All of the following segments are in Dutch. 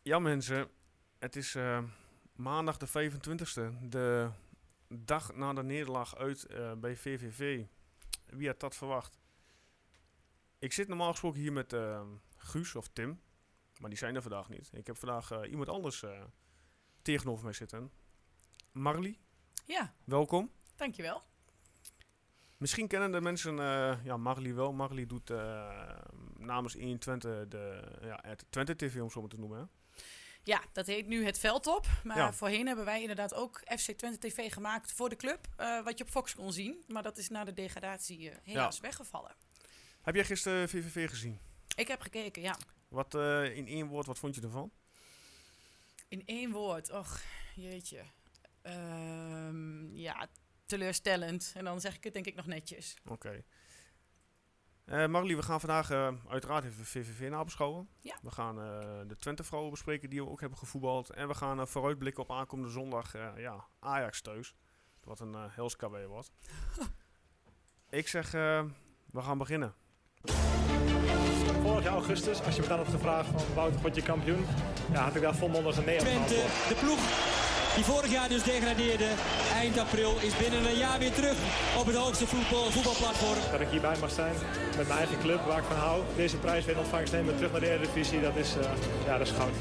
Ja mensen, het is maandag de 25e, de dag na de nederlaag uit bij VVV. Wie had dat verwacht? Ik zit normaal gesproken hier met Guus of Tim, maar die zijn er vandaag niet. Ik heb vandaag iemand anders tegenover mij zitten. Marlie, Ja, welkom. dankjewel. Misschien kennen de mensen Marlie wel. Marlie doet namens 120 het Twente TV, om zo maar te noemen. Hè? Ja, dat heet nu het Veldtop. Maar Ja. voorheen hebben wij inderdaad ook FC Twente TV gemaakt voor de club. Wat je op Fox kon zien. Maar dat is na de degradatie helaas weggevallen. Heb jij gisteren VVV gezien? Ik heb gekeken, ja. Wat in één woord, wat vond je ervan? In één woord. Och, jeetje. Teleurstellend. En dan zeg ik het denk ik nog netjes. Oké. Marlie, we gaan vandaag uiteraard even VVV nabeschouwen. Ja. We gaan de Twente-vrouwen bespreken die we ook hebben gevoetbald. En we gaan vooruitblikken op aankomende zondag Ajax thuis. Wat een helskabé wordt. Ik zeg, we gaan beginnen. Vorig jaar augustus, als je me dan op de vraag van Wouter, word je kampioen? Ja, had ik daar volmondig een nee op Twente, geantwoord. de ploeg die vorig jaar dus degradeerde, eind april, is binnen een jaar weer terug op het hoogste voetbalplatform. Dat ik hierbij mag zijn met mijn eigen club, waar ik van hou. Deze prijs weer in ontvangst nemen, terug naar de Eredivisie, dat is goud.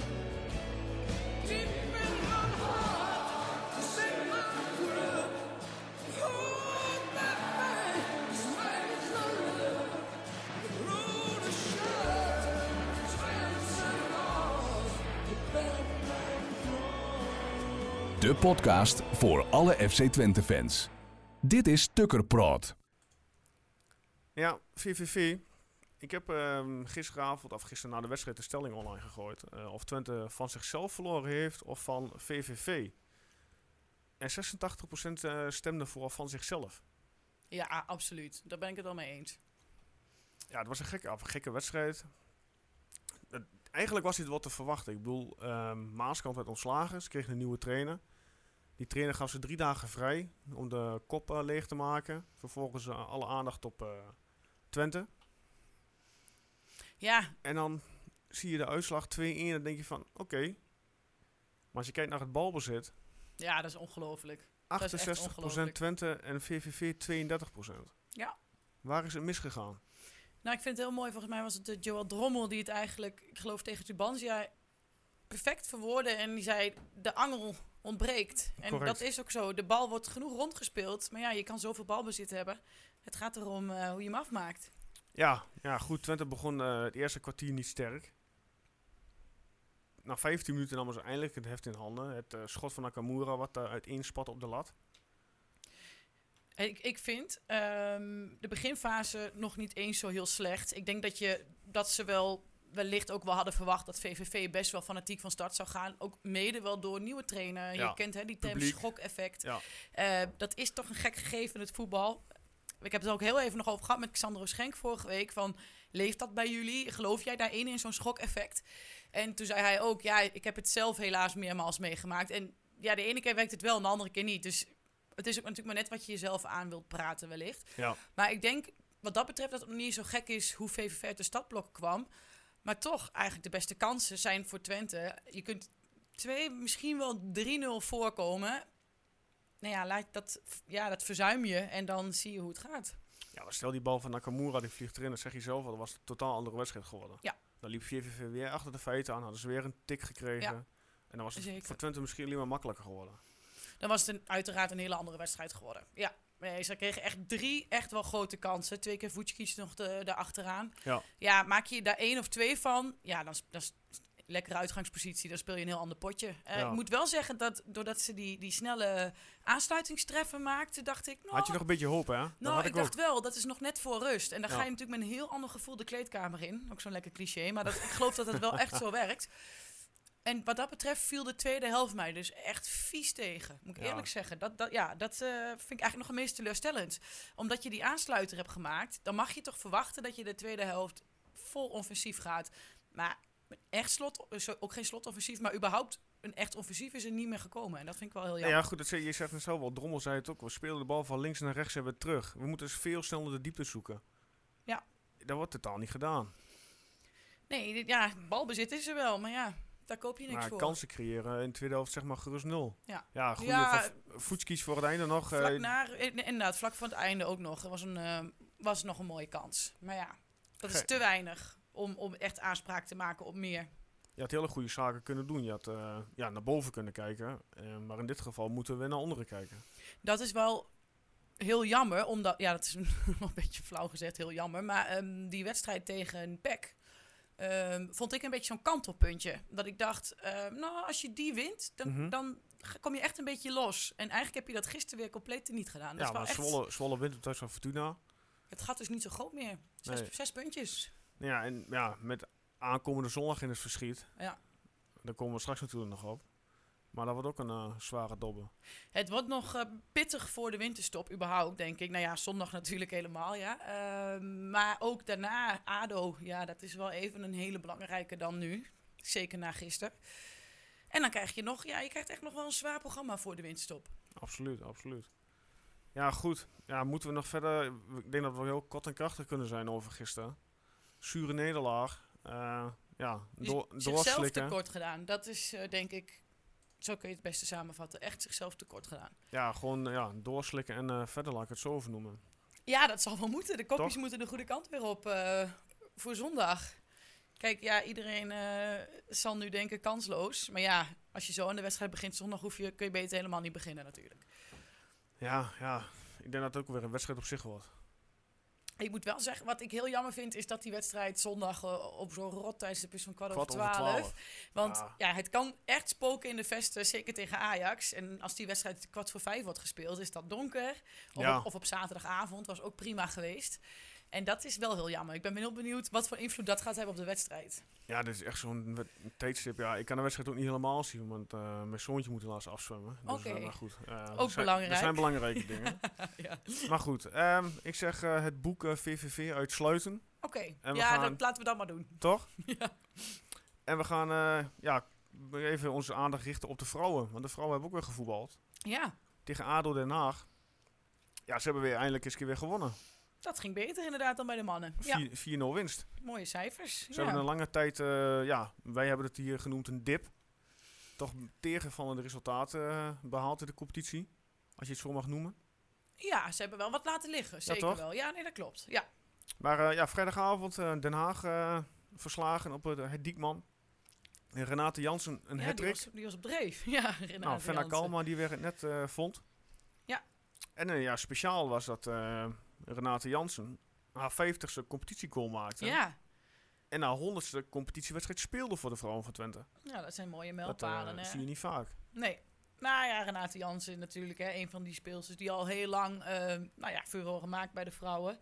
De podcast voor alle FC Twente fans. Dit is Tukkerpraat. Ja, VVV. Ik heb gisteren na de wedstrijd de stelling online gegooid. Of Twente van zichzelf verloren heeft of van VVV. En 86% stemde voor van zichzelf. Ja, absoluut. Daar ben ik het wel mee eens. Ja, het was een gekke wedstrijd. Eigenlijk was dit wat te verwachten. Ik bedoel, Maaskant werd ontslagen. Ze kregen een nieuwe trainer. Die trainer gaf ze 3 dagen vrij om de kop leeg te maken. Vervolgens alle aandacht op Twente. Ja, En dan zie je de uitslag 2-1 en dan denk je van, oké. Maar als je kijkt naar het balbezit, ja, dat is ongelooflijk. Dat is echt 68% ongelooflijk. Twente en VVV 32%. Ja. Waar is het misgegaan? Nou, ik vind het heel mooi. Volgens mij was het Joël Drommel die het eigenlijk, ik geloof tegen Tubantia, perfect verwoordde. En die zei, de angel ontbreekt. En Correct. dat is ook zo. De bal wordt genoeg rondgespeeld. Maar ja, je kan zoveel balbezit hebben. Het gaat erom hoe je hem afmaakt. Ja, goed. Twente begon het eerste kwartier niet sterk. Na 15 minuten namen ze eindelijk het heft in handen. Het schot van Nakamura wat uiteenspat op de lat. Ik vind de beginfase nog niet eens zo heel slecht. Ik denk dat ze wellicht ook wel hadden verwacht dat VVV best wel fanatiek van start zou gaan. Ook mede wel door een nieuwe trainer. Ja, Je kent die term publiek. schok-effect. Ja. Dat is toch een gek gegeven in het voetbal. Ik heb het er ook heel even nog over gehad met Xandro Schenk vorige week. Van, leeft dat bij jullie? Geloof jij daarin in zo'n schok-effect? En toen zei hij ook, ja, ik heb het zelf helaas meermaals meegemaakt. En ja, de ene keer werkt het wel en de andere keer niet. Dus het is ook natuurlijk maar net wat je jezelf aan wilt praten wellicht. Ja. Maar ik denk wat dat betreft dat het nog niet zo gek is hoe VVV uit de stadblok kwam. Maar toch, eigenlijk de beste kansen zijn voor Twente. Je kunt 2, misschien wel 3-0 voorkomen. Nou ja, dat verzuim je en dan zie je hoe het gaat. Ja, maar stel die bal van Nakamura, die vliegt erin. Dat zeg je zelf al, dat was een totaal andere wedstrijd geworden. Ja. Dan liep VVV weer achter de feiten aan. Hadden ze weer een tik gekregen. Ja. En dan was het Zeker. voor Twente misschien alleen maar makkelijker geworden. Dan was het uiteraard een hele andere wedstrijd geworden. Ja, nee, ze kregen echt 3 echt wel grote kansen. 2 keer Vuckic nog daarachteraan. Ja. Ja, maak je daar 1 of 2 van, ja, dan is lekkere uitgangspositie. Dan speel je een heel ander potje. Ja. Ik moet wel zeggen dat doordat ze die snelle aansluitingstreffen maakten, dacht ik, Had je nog een beetje hoop, hè? Dat nou, had ik ook. dacht wel, dat is nog net voor rust. En dan Ja. ga je natuurlijk met een heel ander gevoel de kleedkamer in. Ook zo'n lekker cliché, maar ik geloof dat het wel echt zo werkt. En wat dat betreft viel de tweede helft mij dus echt vies tegen. Moet ik Ja. eerlijk zeggen. Dat vind ik eigenlijk nog het meest teleurstellend. Omdat je die aansluiter hebt gemaakt, dan mag je toch verwachten dat je de tweede helft vol offensief gaat. Maar echt ook geen slotoffensief, maar überhaupt een echt offensief is er niet meer gekomen. En dat vind ik wel heel jammer. Ja, goed, je zegt het zo wel. Drommel zei het ook. We spelen de bal van links naar rechts en weer terug. We moeten dus veel sneller de diepte zoeken. Ja. Dat wordt totaal niet gedaan. Nee, balbezit is er wel, maar ja. Daar koop je niks Maar voor. kansen creëren in de tweede helft zeg maar gerust 0. Ja. Ja, goede Ja, voetskies voor het einde nog. Inderdaad, vlak voor het einde ook nog. Er was nog een mooie kans. Maar ja, dat is Gek. te weinig om echt aanspraak te maken op meer. Je had hele goede zaken kunnen doen. Je had naar boven kunnen kijken. Maar in dit geval moeten we naar onderen kijken. Dat is wel heel jammer, omdat... Ja, dat is nog een beetje flauw gezegd, heel jammer. Maar die wedstrijd tegen PEC vond ik een beetje zo'n kantelpuntje. Dat ik dacht, als je die wint, dan kom je echt een beetje los. En eigenlijk heb je dat gisteren weer compleet niet gedaan. Dat Ja, is wel maar echt... Zwolle wint op thuis van Fortuna. Het gat is niet zo groot meer. 6 puntjes. Ja, en met aankomende zondag in het verschiet. Ja. Daar komen we straks natuurlijk nog op. Maar dat wordt ook een zware dobbe. Het wordt nog pittig voor de winterstop überhaupt, denk ik. Nou ja, zondag natuurlijk helemaal, ja. Maar ook daarna, ADO, ja, dat is wel even een hele belangrijke dan nu. Zeker na gisteren. En dan krijg je je krijgt echt nog wel een zwaar programma voor de winterstop. Absoluut, absoluut. Ja, goed. Ja, moeten we nog verder... Ik denk dat we heel kort en krachtig kunnen zijn over gisteren. Zure nederlaag. Zichzelf Doorslikken. tekort gedaan. Dat is, denk ik, zo kun je het beste samenvatten. Echt zichzelf tekort gedaan. Ja, gewoon doorslikken en verder laat ik het zo over noemen. Ja, dat zal wel moeten. De kopjes Toch? moeten de goede kant weer op voor zondag. Kijk, ja, iedereen zal nu denken kansloos. Maar ja, als je zo aan de wedstrijd begint zondag, kun je beter helemaal niet beginnen natuurlijk. Ja, ik denk dat het ook weer een wedstrijd op zich wordt. Ik moet wel zeggen, wat ik heel jammer vind, is dat die wedstrijd zondag op zo'n rot tijdstip is van 12:15. Want het kan echt spoken in de vesten, zeker tegen Ajax. En als die wedstrijd 4:15 wordt gespeeld, is dat donker. Of op zaterdagavond, was ook prima geweest. En dat is wel heel jammer. Ik ben heel benieuwd wat voor invloed dat gaat hebben op de wedstrijd. Ja, dit is echt zo'n tijdstip. Ja, ik kan de wedstrijd ook niet helemaal zien, want mijn zoontje moet helaas afzwemmen. Dus, Oké. maar goed. Ook belangrijk. Er zijn belangrijke dingen. Ja. Maar goed, ik zeg het boek VVV uitsluiten. Oké, laten we dat maar doen. Toch? Ja. En we gaan even onze aandacht richten op de vrouwen. Want de vrouwen hebben ook weer gevoetbald. Ja, Tegen ADO Den Haag. Ja, ze hebben weer eindelijk eens een keer weer gewonnen. dat ging beter inderdaad dan bij de mannen. Ja, 4-0 winst. mooie cijfers. Ze hebben een lange tijd, wij hebben het hier genoemd een dip. Toch tegenvallende resultaten behaald in de competitie. Als je het zo mag noemen. Ja, ze hebben wel wat laten liggen. Zeker toch? wel. Ja, nee, dat klopt. Ja. Maar vrijdagavond Den Haag verslagen op het Diekman. En Renate Jansen een hat-trick. Die was op dreef. Ja, Renate Fenna Jansen. Kalma die weer het net vond. Ja. En speciaal was dat Renate Jansen haar 50ste competitiegoal maakte. Ja. En haar 100ste competitiewedstrijd speelde voor de vrouwen van Twente. Ja, dat zijn mooie Dat mijlpalen. hè? zie je niet vaak. Nee. Nou ja, Renate Jansen natuurlijk, een van die speelsters die al heel lang furore gemaakt bij de vrouwen.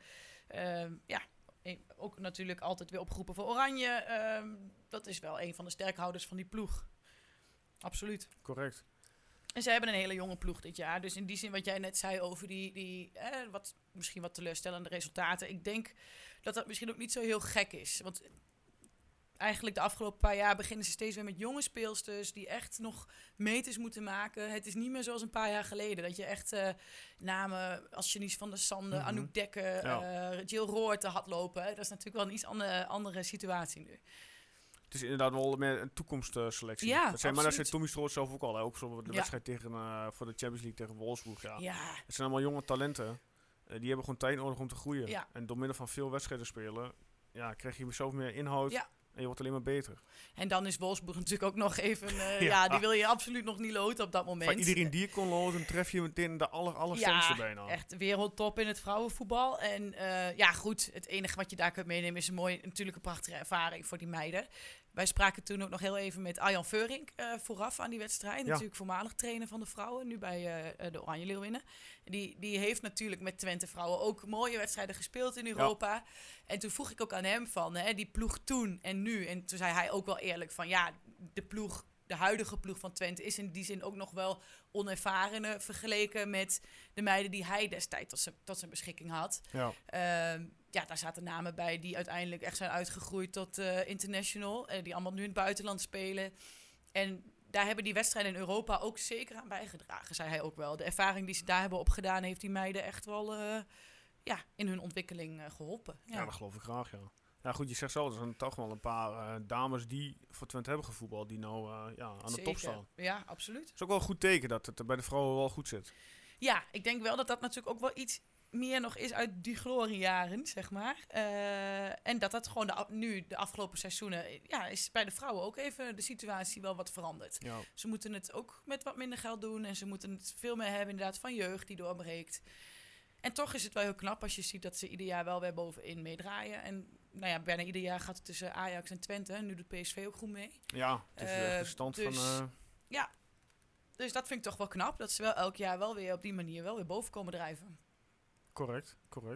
Ook natuurlijk altijd weer opgeroepen voor Oranje. Dat is wel een van de sterkhouders van die ploeg. Absoluut. Correct. En ze hebben een hele jonge ploeg dit jaar. Dus in die zin wat jij net zei over misschien wat teleurstellende resultaten. Ik denk dat dat misschien ook niet zo heel gek is. Want eigenlijk de afgelopen paar jaar beginnen ze steeds weer met jonge speelsters die echt nog meters moeten maken. Het is niet meer zoals een paar jaar geleden. Dat je echt namen als Janice van der Sande, Anouk Dekker, Jill Roorte had lopen. Dat is natuurlijk wel een iets andere situatie nu. Het is inderdaad wel meer een toekomstselectie. Ja, Maar dat absoluut. zei Tommy Stroot zelf ook al. Hè? Ook zo de wedstrijd voor de Champions League tegen Wolfsburg. Ja. Ja. Het zijn allemaal jonge talenten. Die hebben gewoon tijd nodig om te groeien. Ja. En door middel van veel wedstrijden spelen, krijg je zelf meer inhoud. Ja. En je wordt alleen maar beter. En dan is Wolfsburg natuurlijk ook nog even... die wil je absoluut nog niet loten op dat moment. Van iedereen die je kon loten, tref je meteen de allersterkste bijna. Echt wereldtop in het vrouwenvoetbal. En goed, het enige wat je daar kunt meenemen is natuurlijk een prachtige ervaring voor die meiden. Wij spraken toen ook nog heel even met Arjan Veurink vooraf aan die wedstrijd. Ja. Natuurlijk voormalig trainer van de vrouwen, nu bij de Oranje Leeuwinnen. Die heeft natuurlijk met Twente vrouwen ook mooie wedstrijden gespeeld in Europa. Ja. En toen vroeg ik ook aan hem van die ploeg toen en nu. En toen zei hij ook wel eerlijk van de huidige ploeg van Twente is in die zin ook nog wel onervarene vergeleken met de meiden die hij destijds tot zijn beschikking had. Ja. Daar zaten namen bij die uiteindelijk echt zijn uitgegroeid tot international. Die allemaal nu in het buitenland spelen. En daar hebben die wedstrijden in Europa ook zeker aan bijgedragen, zei hij ook wel. De ervaring die ze daar hebben opgedaan heeft die meiden echt wel in hun ontwikkeling geholpen. Ja, dat geloof ik graag, ja. Ja, goed, je zegt zo, er zijn toch wel een paar dames die voor Twente hebben gevoetbald, die nou aan de top staan. Ja, absoluut. Het is ook wel een goed teken dat het bij de vrouwen wel goed zit. Ja, ik denk wel dat dat natuurlijk ook wel iets meer nog is uit die gloriejaren, zeg maar. En dat gewoon nu, de afgelopen seizoenen, is bij de vrouwen ook even de situatie wel wat veranderd. Ja. Ze moeten het ook met wat minder geld doen en ze moeten het veel meer hebben inderdaad van jeugd die doorbreekt. En toch is het wel heel knap als je ziet dat ze ieder jaar wel weer bovenin meedraaien. En bijna ieder jaar gaat het tussen Ajax en Twente. Nu doet PSV ook goed mee. Ja, het is echt de stand van... Ja, dus dat vind ik toch wel knap. Dat ze wel elk jaar wel weer op die manier wel weer boven komen drijven. Correct.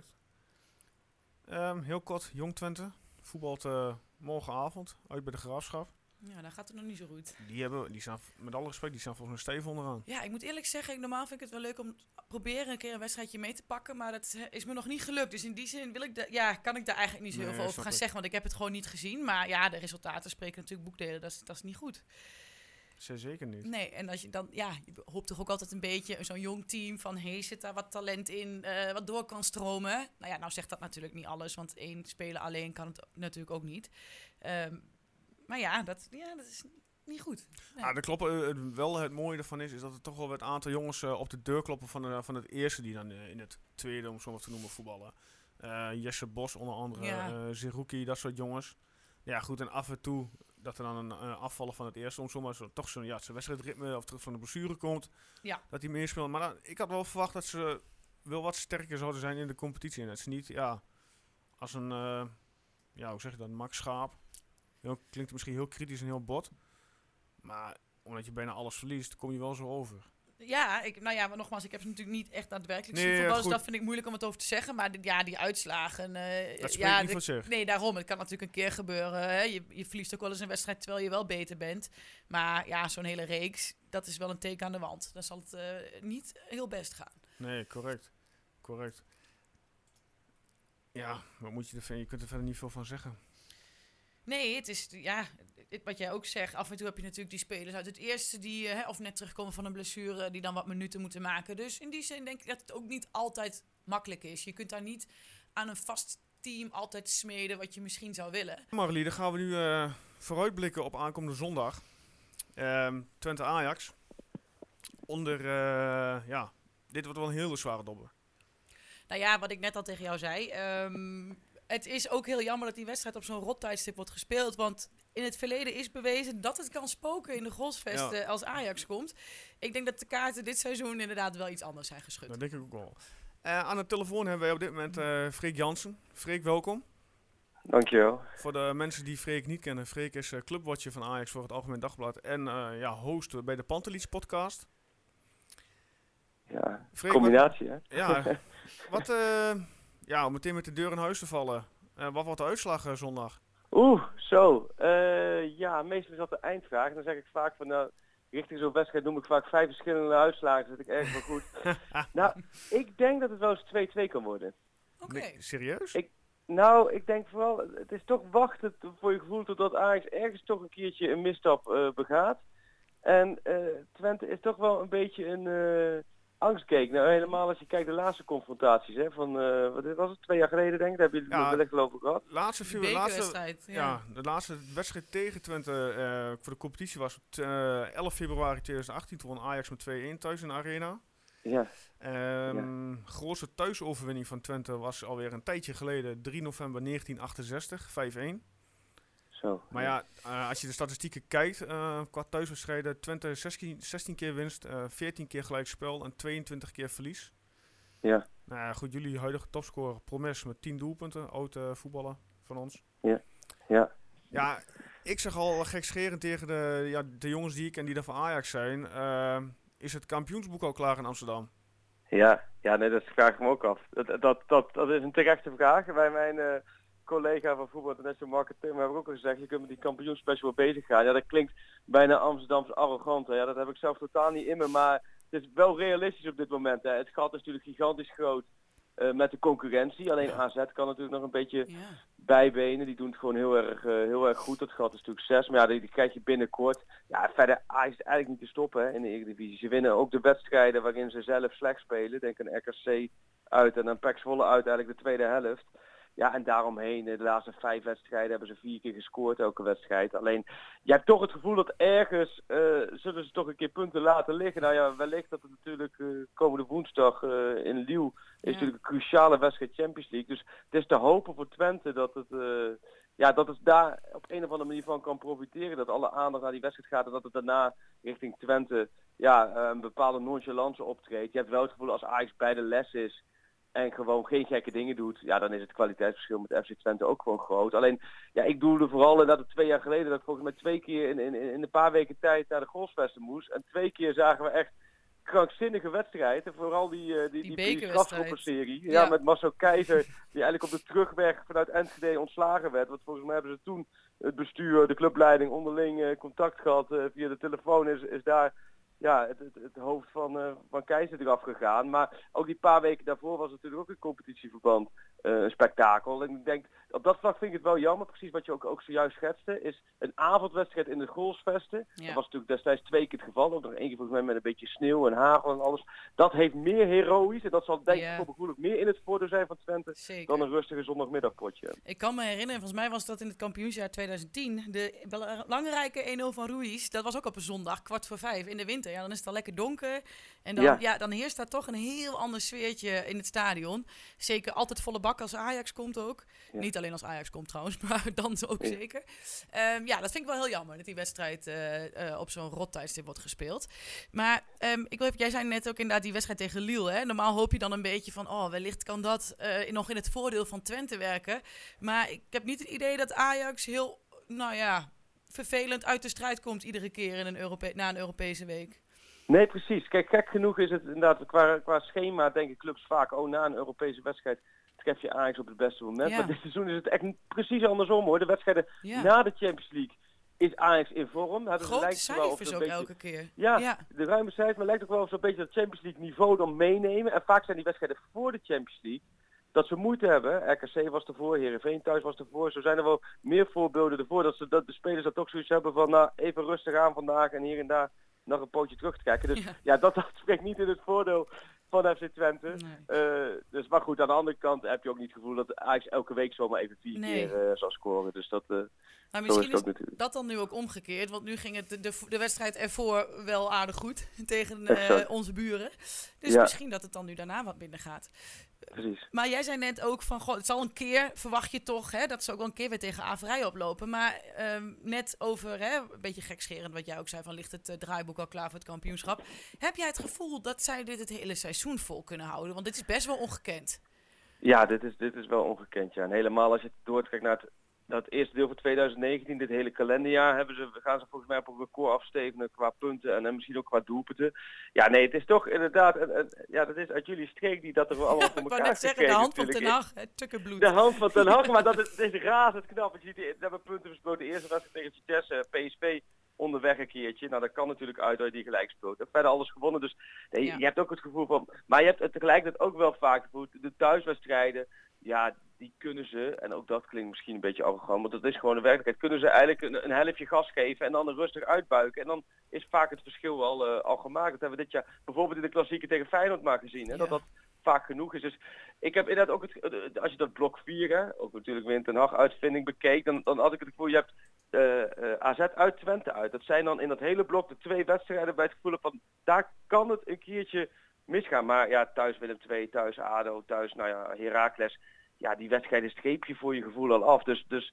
Heel kort, Jong Twente. Voetbalt morgenavond uit bij de Graafschap. Ja, dan gaat het nog niet zo goed. Die staan, met alle respect, die staan volgens mij stevig onderaan. Ja, ik moet eerlijk zeggen, normaal vind ik het wel leuk om proberen een keer een wedstrijdje mee te pakken. Maar dat is me nog niet gelukt. Dus in die zin kan ik daar eigenlijk niet zo heel veel over gaan zeggen. Want ik heb het gewoon niet gezien. Maar ja, de resultaten spreken natuurlijk boekdelen. Dat is niet goed. Zeker niet. Nee, en als je dan, je hoopt toch ook altijd een beetje zo'n jong team van, zit daar wat talent in, wat door kan stromen. Nou zegt dat natuurlijk niet alles, want 1 speler alleen kan het natuurlijk ook niet. Maar dat is niet goed. Nee. Dat klopt. Wel het mooie ervan is dat er toch wel wat aantal jongens op de deur kloppen van het eerste die dan in het tweede, om zo maar te noemen, voetballen. Jesse Bos onder andere, Zerouki, dat soort jongens. Ja goed, en af en toe dat er dan een afvallen van het eerste, om zomaar toch zo'n zijn wedstrijdritme of terug van de blessure komt, dat hij meespeelt. Maar ik had wel verwacht dat ze wel wat sterker zouden zijn in de competitie. En dat ze niet, als een, hoe zeg je dat, Max Schaap. Klinkt misschien heel kritisch en heel bot. Maar omdat je bijna alles verliest, kom je wel zo over. Ja, maar nogmaals, ik heb ze natuurlijk niet echt daadwerkelijk zien voetballen, dus dat vind ik moeilijk om het over te zeggen. Maar die uitslagen... dat spreekt niet voor zich. Nee, daarom. Het kan natuurlijk een keer gebeuren. Hè. Je verliest ook wel eens een wedstrijd terwijl je wel beter bent. Maar zo'n hele reeks, dat is wel een teken aan de wand. Dan zal het niet heel best gaan. Nee, correct. Ja, wat moet je ervan? Je kunt er verder niet veel van zeggen. Nee, het is, wat jij ook zegt, af en toe heb je natuurlijk die spelers uit het eerste die of net terugkomen van een blessure, die dan wat minuten moeten maken. Dus in die zin denk ik dat het ook niet altijd makkelijk is. Je kunt daar niet aan een vast team altijd smeden wat je misschien zou willen. Marlie, dan gaan we nu vooruitblikken op aankomende zondag. Twente Ajax. Dit wordt wel een hele zware dobber. Wat ik net al tegen jou zei. Het is ook heel jammer dat die wedstrijd op zo'n rottijdstip wordt gespeeld. Want in het verleden is bewezen dat het kan spoken in de Grolsvesten als Ajax komt. Ik denk dat de kaarten dit seizoen inderdaad wel iets anders zijn geschud. Dat denk ik ook wel. Aan de telefoon hebben wij op dit moment Freek Jansen. Freek, welkom. Dankjewel. Voor de mensen die Freek niet kennen. Freek is clubwatcher van Ajax voor het Algemeen Dagblad. En host bij de Pantelis podcast. Ja, Freek, combinatie hè? Ja, om meteen met de deur in huis te vallen. Wat wordt de uitslag zondag? Meestal is dat de eindvraag. Dan zeg ik vaak van, richting zo'n wedstrijd noem ik vaak 5 verschillende uitslagen. Dat ik erg wel goed. Ik denk dat het wel eens 2-2 kan worden. Oké. Nee, serieus? Ik denk vooral, het is toch wachten voor je gevoel totdat Ajax ergens toch een keertje een misstap begaat. En Twente is toch wel een beetje een angstkeek. Nou, helemaal als je kijkt de laatste confrontaties, hè, van, wat was het, 2 jaar geleden denk ik, daar heb je het wellicht over gehad. De laatste wedstrijd tegen Twente voor de competitie was op 11 februari 2018. Toen won Ajax met 2-1 thuis in de Arena. Ja. Grootste thuisoverwinning van Twente was alweer een tijdje geleden, 3 november 1968, 5-1. Zo. Maar als je de statistieken kijkt qua thuiswedstrijden, Twente 16 keer winst, 14 keer gelijkspel en 22 keer verlies. Ja. Goed, jullie huidige topscorer Promes met 10 doelpunten, oud voetballer van ons. Ja. Ja, ik zeg al gekscherend tegen de jongens die ik ken die daar van Ajax zijn. Is het kampioensboek al klaar in Amsterdam? Ja, dat vraag ik me ook af. Dat is een terechte vraag. Bij mijn collega van Voetbal International Marketing heb ik ook al gezegd, je kunt met die kampioenspecial bezig gaan. Ja, dat klinkt bijna Amsterdams arrogant. Hè. Ja, dat heb ik zelf totaal niet in me, maar het is wel realistisch op dit moment. Hè. Het gat is natuurlijk gigantisch groot met de concurrentie. Alleen AZ kan natuurlijk nog een beetje bijbenen. Die doen het gewoon heel erg goed. Dat gat is natuurlijk 6, maar die krijg je binnenkort. Ja, verder is het eigenlijk niet te stoppen hè, in de Eredivisie. Ze winnen ook de wedstrijden waarin ze zelf slecht spelen. Denk aan RKC uit en aan PEC Zwolle uit eigenlijk de tweede helft. Ja, en daaromheen, de laatste 5 wedstrijden hebben ze 4 keer gescoord, elke wedstrijd. Alleen, je hebt toch het gevoel dat ergens zullen ze toch een keer punten laten liggen. Nou ja, wellicht dat het natuurlijk komende woensdag in Lille is natuurlijk een cruciale wedstrijd Champions League. Dus het is te hopen voor Twente dat het daar op een of andere manier van kan profiteren. Dat alle aandacht naar die wedstrijd gaat en dat het daarna richting Twente een bepaalde nonchalance optreedt. Je hebt wel het gevoel als Ajax bij de les is en gewoon geen gekke dingen doet, ja, dan is het kwaliteitsverschil met FC Twente ook gewoon groot. Alleen, ja, ik doelde vooral inderdaad 2 jaar geleden dat ik volgens mij 2 keer in een paar weken tijd naar de Goalsvesten moest. En 2 keer zagen we echt krankzinnige wedstrijden. Vooral die strafschopperserie. Ja, met Marcel Keizer, die eigenlijk op de terugweg vanuit Enschede ontslagen werd. Want volgens mij hebben ze toen het bestuur, de clubleiding onderling contact gehad via de telefoon. Is daar het hoofd van Keizer eraf gegaan. Maar ook die paar weken daarvoor was het natuurlijk ook een competitieverband een spektakel. En ik denk, op dat vlak vind ik het wel jammer, precies wat je ook zojuist schetste, is een avondwedstrijd in de Goalsvesten. Ja. Dat was natuurlijk destijds 2 keer het geval, ook nog 1 keer volgens mij met een beetje sneeuw en hagel en alles. Dat heeft meer heroïs en dat zal denk ik gevoelig meer in het voordeel zijn van Twente. Zeker. Dan een rustige zondagmiddagpotje. Ik kan me herinneren, volgens mij was dat in het kampioensjaar 2010, de belangrijke 1-0 van Ruiz, dat was ook op een zondag, 4:45 in de winter. Ja, dan is het al lekker donker en dan, dan heerst daar toch een heel ander sfeertje in het stadion. Zeker altijd volle bak als Ajax komt ook. Ja. Niet alleen als Ajax komt trouwens, maar dan ook zeker. Dat vind ik wel heel jammer dat die wedstrijd op zo'n rot tijdstip wordt gespeeld. Maar jij zei net ook inderdaad die wedstrijd tegen Lille. Hè? Normaal hoop je dan een beetje van, wellicht kan dat nog in het voordeel van Twente werken. Maar ik heb niet het idee dat Ajax heel, vervelend uit de strijd komt iedere keer na een Europese week. Nee, precies. Kijk, gek genoeg is het inderdaad qua schema, denken clubs vaak, na een Europese wedstrijd tref je Ajax op het beste moment. Ja. Maar dit seizoen is het echt precies andersom hoor. De wedstrijden na de Champions League is Ajax in vorm. Grote cijfers ook elke keer. Ja, de ruime cijfers, maar lijkt ook wel zo'n beetje dat Champions League niveau dan meenemen. En vaak zijn die wedstrijden voor de Champions League dat ze moeite hebben. RKC was ervoor, Heerenveen thuis was ervoor. Zo zijn er wel meer voorbeelden ervoor dat de spelers dat toch zoiets hebben van even rustig aan vandaag en hier en daar nog een pootje terug te kijken. Dus dat spreekt niet in het voordeel van FC Twente. Nee. Maar goed, aan de andere kant heb je ook niet het gevoel dat Ajax elke week zomaar even 4 keer zal scoren. Dus dat misschien is dat dan nu ook omgekeerd. Want nu ging het de wedstrijd ervoor wel aardig goed tegen onze buren. Dus misschien dat het dan nu daarna wat minder gaat. Precies. Maar jij zei net ook van, het zal een keer, verwacht je toch, dat ze ook wel een keer weer tegen Averij oplopen. Maar net over, een beetje gekscherend wat jij ook zei, van ligt het draaiboek al klaar voor het kampioenschap. Heb jij het gevoel dat zij dit het hele seizoen vol kunnen houden? Want dit is best wel ongekend. Ja, dit is wel ongekend, ja. En helemaal als je doortrekt naar het eerste deel van 2019, dit hele kalenderjaar, gaan ze volgens mij op een record afstevenen qua punten en misschien ook qua doelpunten. Ja, nee, het is toch inderdaad, dat is uit jullie streek die dat er wel allemaal voor elkaar ik wou net zeggen, de hand van Ten Hag, tukkenbloed. De hand van Ten Hag, maar het is razend knap. Je ziet, we hebben punten besproken, de eerste wedstrijd tegen Vitesse, PSV onderweg een keertje. Nou, dat kan natuurlijk uit dat je die gelijk speelt. Verder alles gewonnen, dus je hebt ook het gevoel van, maar je hebt het tegelijkertijd ook wel vaak de thuiswedstrijden, die kunnen ze, en ook dat klinkt misschien een beetje arrogant, maar dat is gewoon de werkelijkheid, kunnen ze eigenlijk een helftje gas geven en dan er rustig uitbuiken. En dan is vaak het verschil al gemaakt. Dat hebben we dit jaar bijvoorbeeld in de klassieker tegen Feyenoord maar gezien. Hè, dat vaak genoeg is. Dus ik heb inderdaad ook als je dat blok 4, ook natuurlijk weer een Ten Hag uitvinding bekeek, dan had ik het gevoel, je hebt AZ uit, Twente uit. Dat zijn dan in dat hele blok de 2 wedstrijden bij het gevoel van, daar kan het een keertje misgaan. Maar thuis Willem II, thuis ADO, thuis Heracles. Ja, die wedstrijd streep je voor je gevoel al af. Dus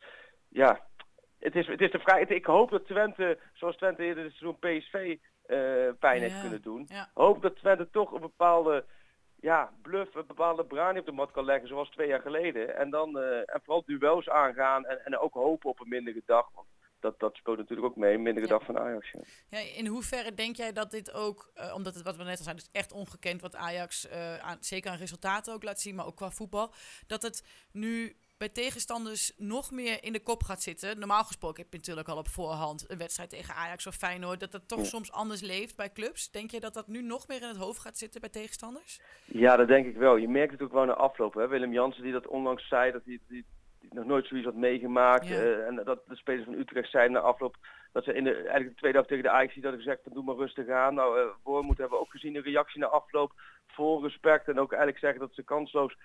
het is de vraag. Ik hoop dat Twente, zoals Twente eerder dit seizoen PSV pijn heeft kunnen doen. Ja. Hoop dat Twente toch een bepaalde bluff, een bepaalde brani op de mat kan leggen, zoals 2 jaar geleden. En dan en vooral duels aangaan en ook hopen op een mindere dag. Want dat speelt natuurlijk ook mee, een mindere dag van Ajax. Ja, in hoeverre denk jij dat dit ook, omdat het wat we net al zeiden, is echt ongekend wat Ajax zeker aan resultaten ook laat zien, maar ook qua voetbal, dat het nu bij tegenstanders nog meer in de kop gaat zitten. Normaal gesproken heb je natuurlijk al op voorhand een wedstrijd tegen Ajax of Feyenoord, dat het toch soms anders leeft bij clubs. Denk je dat dat nu nog meer in het hoofd gaat zitten bij tegenstanders? Ja, dat denk ik wel. Je merkt het ook wel na afloop. Hè? Willem Jansen die dat onlangs zei, dat hij nog nooit zoiets had meegemaakt. En dat de spelers van Utrecht zeiden na afloop dat ze eigenlijk de tweede helft tegen de Ajax hadden gezegd van doe maar rustig aan. Wormoed hebben we ook gezien, een reactie na afloop vol respect en ook eigenlijk zeggen dat ze kansloos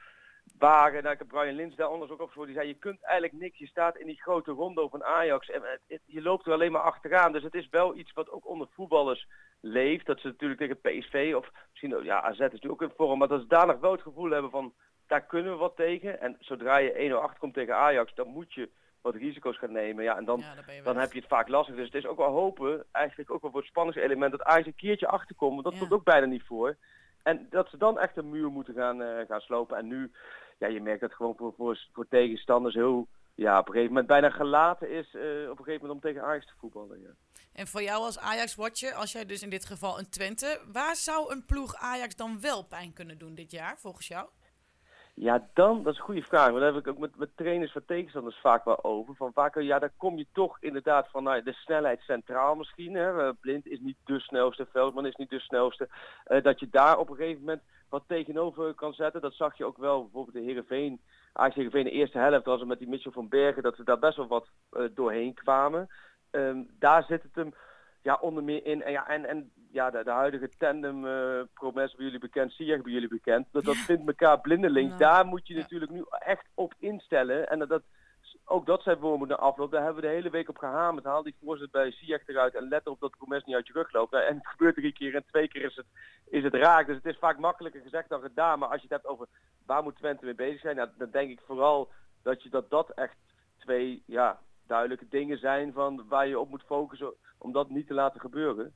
waren. Nou, ik heb Brian Lins daar anders ook op gehoord. Die zei, je kunt eigenlijk niks. Je staat in die grote rondo van Ajax en je loopt er alleen maar achteraan. Dus het is wel iets wat ook onder voetballers leeft. Dat ze natuurlijk tegen PSV of misschien AZ is nu ook in vorm. Maar dat ze daar nog wel het gevoel hebben van, daar kunnen we wat tegen. En zodra je 1-0 achterkomt tegen Ajax, dan moet je wat risico's gaan nemen. Ja, en dan heb je het vaak lastig. Dus het is ook wel hopen, eigenlijk ook wel voor het spanningselement, dat Ajax een keertje achterkomt. Want dat komt ook bijna niet voor. En dat ze dan echt een muur moeten gaan slopen. En nu, ja, je merkt dat gewoon voor tegenstanders heel, op een gegeven moment bijna gelaten is op een gegeven moment om tegen Ajax te voetballen. Ja. En voor jou als Ajax-watcher, als jij dus in dit geval een Twente, waar zou een ploeg Ajax dan wel pijn kunnen doen dit jaar, volgens jou? Ja, dat is een goede vraag. Maar daar heb ik ook met trainers van tegenstanders vaak wel over. Van vaak, daar kom je toch inderdaad van de snelheid centraal misschien. Hè. Blind is niet de snelste, Veldman is niet de snelste. Dat je daar op een gegeven moment wat tegenover kan zetten. Dat zag je ook wel bijvoorbeeld de Heerenveen. Ajax-Heerenveen de eerste helft, als we met die Mitchell van Bergen, dat ze daar best wel wat doorheen kwamen. Daar zit het hem onder meer in. En de huidige tandem, Promes bij jullie bekend, Ziyech bij jullie bekend. Dat vindt elkaar blindelings. Nou, daar moet je natuurlijk nu echt op instellen. En ook dat zijn voor de afloop. Daar hebben we de hele week op gehamerd. Haal die voorzet bij Ziyech eruit en let erop dat Promes niet uit je rug loopt. En het gebeurt 3 keer en 2 keer is het raak. Dus het is vaak makkelijker gezegd dan gedaan. Maar als je het hebt over waar moet Twente mee bezig zijn, dan denk ik vooral dat echt 2 duidelijke dingen zijn van waar je op moet focussen om dat niet te laten gebeuren.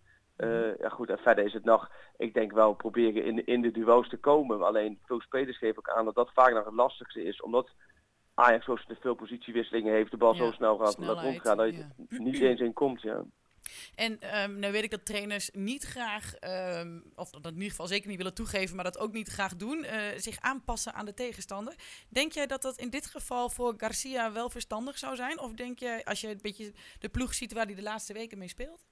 En verder is het nog, ik denk wel proberen in de duo's te komen. Alleen veel spelers geven ook aan dat vaak nog het lastigste is. Omdat Ajax zo veel positiewisselingen heeft, de bal zo snel gaat rondgaan dat je niet eens in komt. Ja. En nou weet ik dat trainers niet graag, of dat in ieder geval zeker niet willen toegeven, maar dat ook niet graag doen, zich aanpassen aan de tegenstander. Denk jij dat dat in dit geval voor Garcia wel verstandig zou zijn? Of denk jij, als je een beetje de ploeg ziet waar hij de laatste weken mee speelt?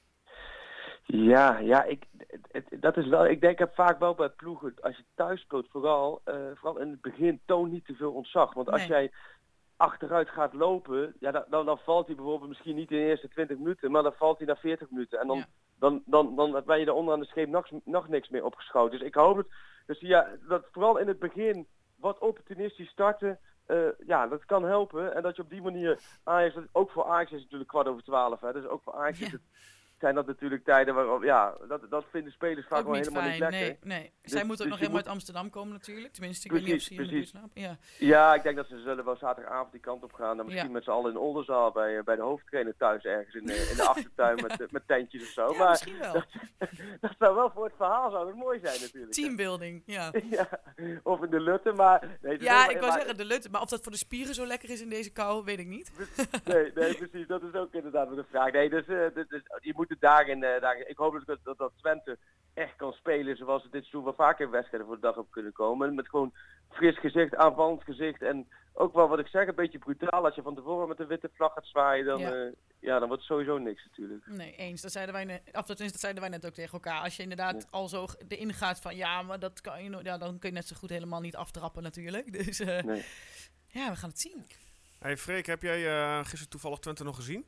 Dat is wel. Ik denk vaak wel bij ploegen, als je thuis speelt, vooral in het begin, toon niet te veel ontzag. Want als jij achteruit gaat lopen, dan valt hij bijvoorbeeld misschien niet in de eerste 20 minuten, maar dan valt hij na 40 minuten. En dan ben je er onderaan de scheep nog niks meer opgeschoten. Dus ik hoop dat vooral in het begin wat opportunistisch starten, dat kan helpen. En dat je op die manier Ajax, ook voor Ajax is het natuurlijk 11:15, hè, dus ook voor Ajax is het, zijn dat natuurlijk tijden waarop, dat vinden spelers vaak wel helemaal niet lekker. Nee. Zij moeten ook nog helemaal uit Amsterdam komen natuurlijk. Tenminste, ik weet niet of ze hier in de buurt slapen. Ja, ik denk dat ze zullen wel zaterdagavond die kant op gaan. Dan misschien met z'n allen in Oldenzaal bij de hoofdtrainer thuis ergens in de achtertuin met tentjes of zo. Ja, maar misschien wel. Dat zou wel voor het verhaal zou het mooi zijn natuurlijk. Teambuilding, ja. Of in de Lutte, maar... Nee, ik wou zeggen de Lutte, maar of dat voor de spieren zo lekker is in deze kou, weet ik niet. Nee, precies. Dat is ook inderdaad een vraag. Nee, dus je moet het daarin... ik hoop dat Twente echt kan spelen zoals het dit seizoen wel vaker wedstrijden voor de dag op kunnen komen. Met gewoon fris gezicht, aanvallend gezicht en ook wel wat ik zeg, een beetje brutaal. Als je van tevoren met de witte vlag gaat zwaaien, dan wordt het sowieso niks natuurlijk. Nee, eens. Dat zeiden wij net ook tegen elkaar. Als je inderdaad al zo erin gaat van maar dat kan je dan kun je net zo goed helemaal niet aftrappen natuurlijk. Dus we gaan het zien. Hey Freek, heb jij gisteren toevallig Twente nog gezien?